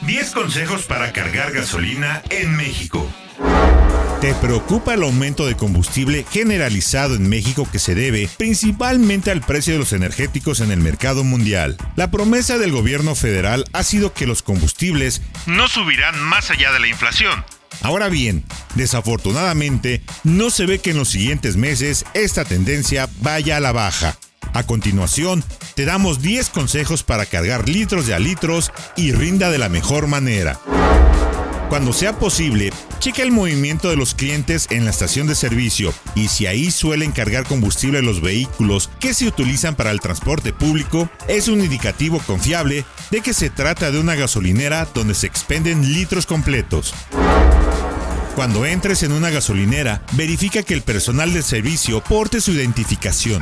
10 consejos para cargar gasolina en México. ¿Te preocupa el aumento de combustible generalizado en México que se debe principalmente al precio de los energéticos en el mercado mundial? La promesa del gobierno federal ha sido que los combustibles no subirán más allá de la inflación. Ahora bien, desafortunadamente, no se ve que en los siguientes meses esta tendencia vaya a la baja. A continuación, te damos 10 consejos para cargar litros de a litros y rinda de la mejor manera. Cuando sea posible, checa el movimiento de los clientes en la estación de servicio y si ahí suelen cargar combustible los vehículos que se utilizan para el transporte público, es un indicativo confiable de que se trata de una gasolinera donde se expenden litros completos. Cuando entres en una gasolinera, verifica que el personal de servicio porte su identificación.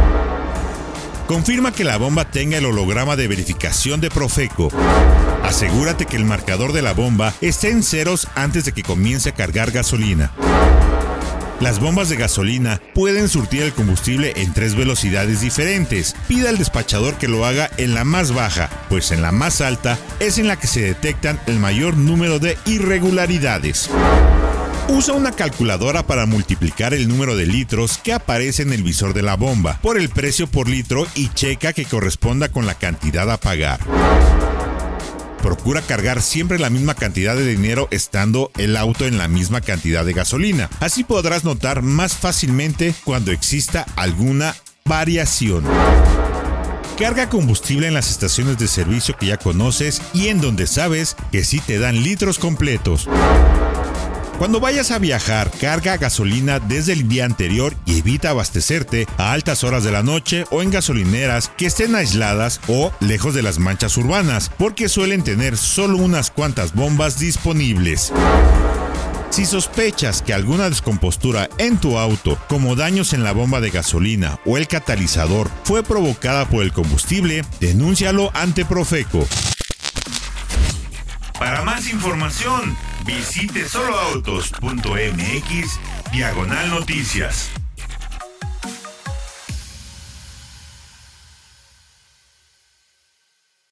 Confirma que la bomba tenga el holograma de verificación de Profeco. Asegúrate que el marcador de la bomba esté en ceros antes de que comience a cargar gasolina. Las bombas de gasolina pueden surtir el combustible en 3 velocidades diferentes. Pida al despachador que lo haga en la más baja, pues en la más alta es en la que se detectan el mayor número de irregularidades. Usa una calculadora para multiplicar el número de litros que aparece en el visor de la bomba por el precio por litro y checa que corresponda con la cantidad a pagar. Procura cargar siempre la misma cantidad de dinero estando el auto en la misma cantidad de gasolina. Así podrás notar más fácilmente cuando exista alguna variación. Carga combustible en las estaciones de servicio que ya conoces y en donde sabes que sí te dan litros completos. Cuando vayas a viajar, carga gasolina desde el día anterior y evita abastecerte a altas horas de la noche o en gasolineras que estén aisladas o lejos de las manchas urbanas, porque suelen tener solo unas cuantas bombas disponibles. Si sospechas que alguna descompostura en tu auto, como daños en la bomba de gasolina o el catalizador, fue provocada por el combustible, denúncialo ante Profeco. Para más información, visite soloautos.mx/noticias.